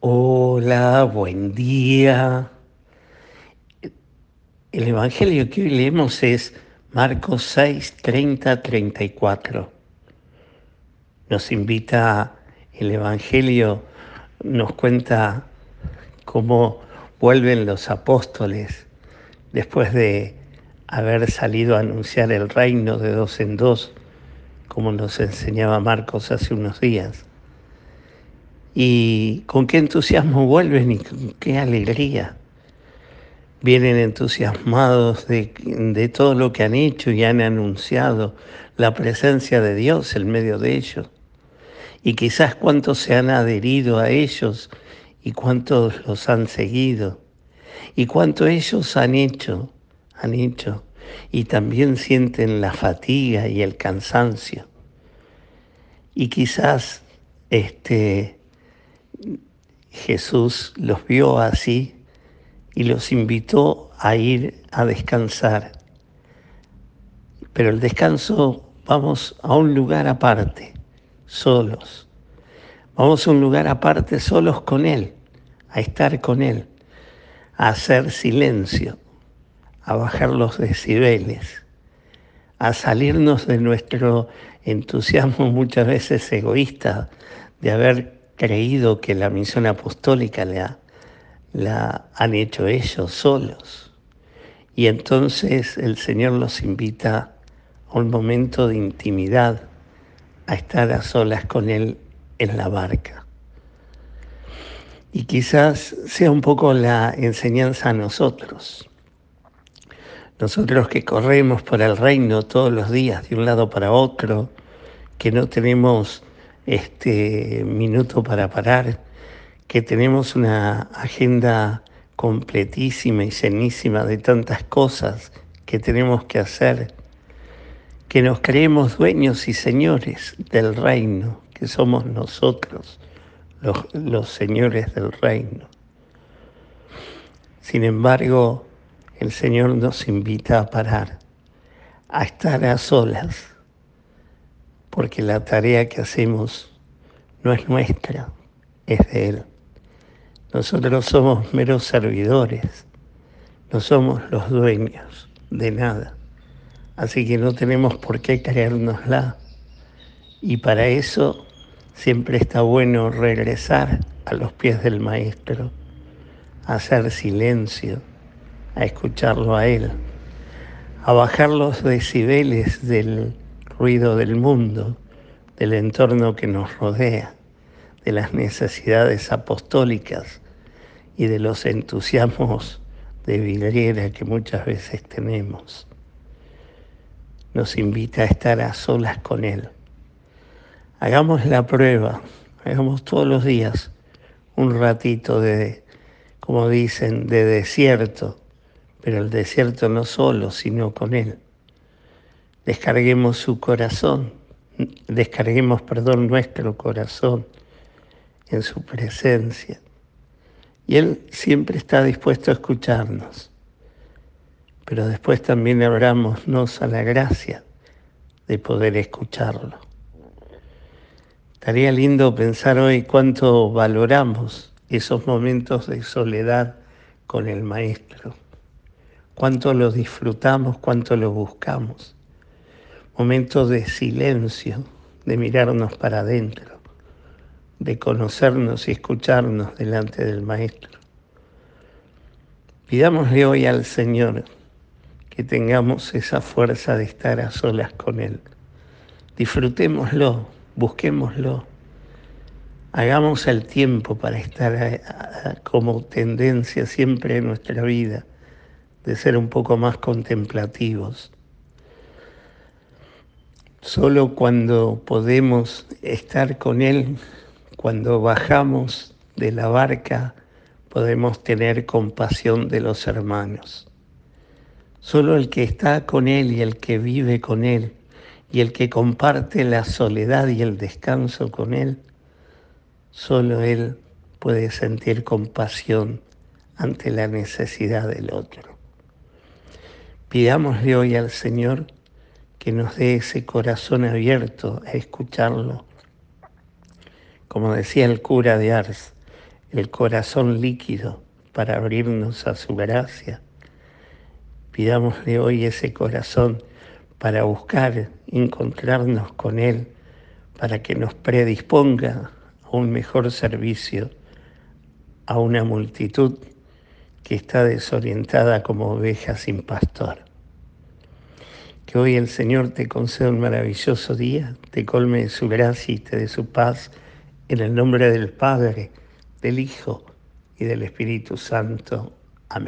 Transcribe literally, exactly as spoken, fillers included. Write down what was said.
Hola, buen día. El evangelio que hoy leemos es Marcos seis, treinta, treinta y cuatro. Nos invita, el evangelio nos cuenta cómo vuelven los apóstoles después de haber salido a anunciar el reino de dos en dos, como nos enseñaba Marcos hace unos días. Y con qué entusiasmo vuelven y con qué alegría. Vienen entusiasmados de, de todo lo que han hecho y han anunciado la presencia de Dios en medio de ellos. Y quizás cuántos se han adherido a ellos y cuántos los han seguido. Y cuánto ellos han hecho, han hecho. Y también sienten la fatiga y el cansancio. Y quizás este, Jesús los vio así y los invitó a ir a descansar. Pero el descanso, vamos a un lugar aparte, solos. Vamos a un lugar aparte, solos con Él, a estar con Él, a hacer silencio, a bajar los decibeles, a salirnos de nuestro entusiasmo muchas veces egoísta de haber creído que la misión apostólica la, la han hecho ellos solos. Y entonces el Señor los invita a un momento de intimidad, a estar a solas con Él en la barca. Y quizás sea un poco la enseñanza a nosotros. Nosotros que corremos por el reino todos los días de un lado para otro, que no tenemos este minuto para parar, que tenemos una agenda completísima y llenísima de tantas cosas que tenemos que hacer, que nos creemos dueños y señores del reino, que somos nosotros los, los señores del reino. Sin embargo, el Señor nos invita a parar, a estar a solas, porque la tarea que hacemos no es nuestra, es de Él. Nosotros somos meros servidores, no somos los dueños de nada, así que no tenemos por qué creérnosla. Y para eso siempre está bueno regresar a los pies del Maestro, a hacer silencio, a escucharlo a Él, a bajar los decibeles del ruido del mundo, del entorno que nos rodea, de las necesidades apostólicas y de los entusiasmos de vidriera que muchas veces tenemos. Nos invita a estar a solas con Él. Hagamos la prueba, hagamos todos los días un ratito de, como dicen, de desierto, pero el desierto no solo, sino con Él. Descarguemos su corazón, descarguemos, perdón, nuestro corazón en su presencia. Y Él siempre está dispuesto a escucharnos, pero después también abrámonos a la gracia de poder escucharlo. Estaría lindo pensar hoy cuánto valoramos esos momentos de soledad con el Maestro, cuánto los disfrutamos, cuánto los buscamos. Momentos de silencio, de mirarnos para adentro, de conocernos y escucharnos delante del Maestro. Pidámosle hoy al Señor que tengamos esa fuerza de estar a solas con Él. Disfrutémoslo, busquémoslo. Hagamos el tiempo para estar a, a, como tendencia siempre en nuestra vida, de ser un poco más contemplativos. Solo cuando podemos estar con Él, cuando bajamos de la barca, podemos tener compasión de los hermanos. Solo el que está con Él y el que vive con Él y el que comparte la soledad y el descanso con Él, solo Él puede sentir compasión ante la necesidad del otro. Pidámosle hoy al Señor que nos dé ese corazón abierto a escucharlo. Como decía el cura de Ars, el corazón líquido para abrirnos a su gracia. Pidámosle hoy ese corazón para buscar, encontrarnos con Él, para que nos predisponga a un mejor servicio a una multitud que está desorientada como oveja sin pastor. Que hoy el Señor te conceda un maravilloso día, te colme de su gracia y te dé su paz, en el nombre del Padre, del Hijo y del Espíritu Santo.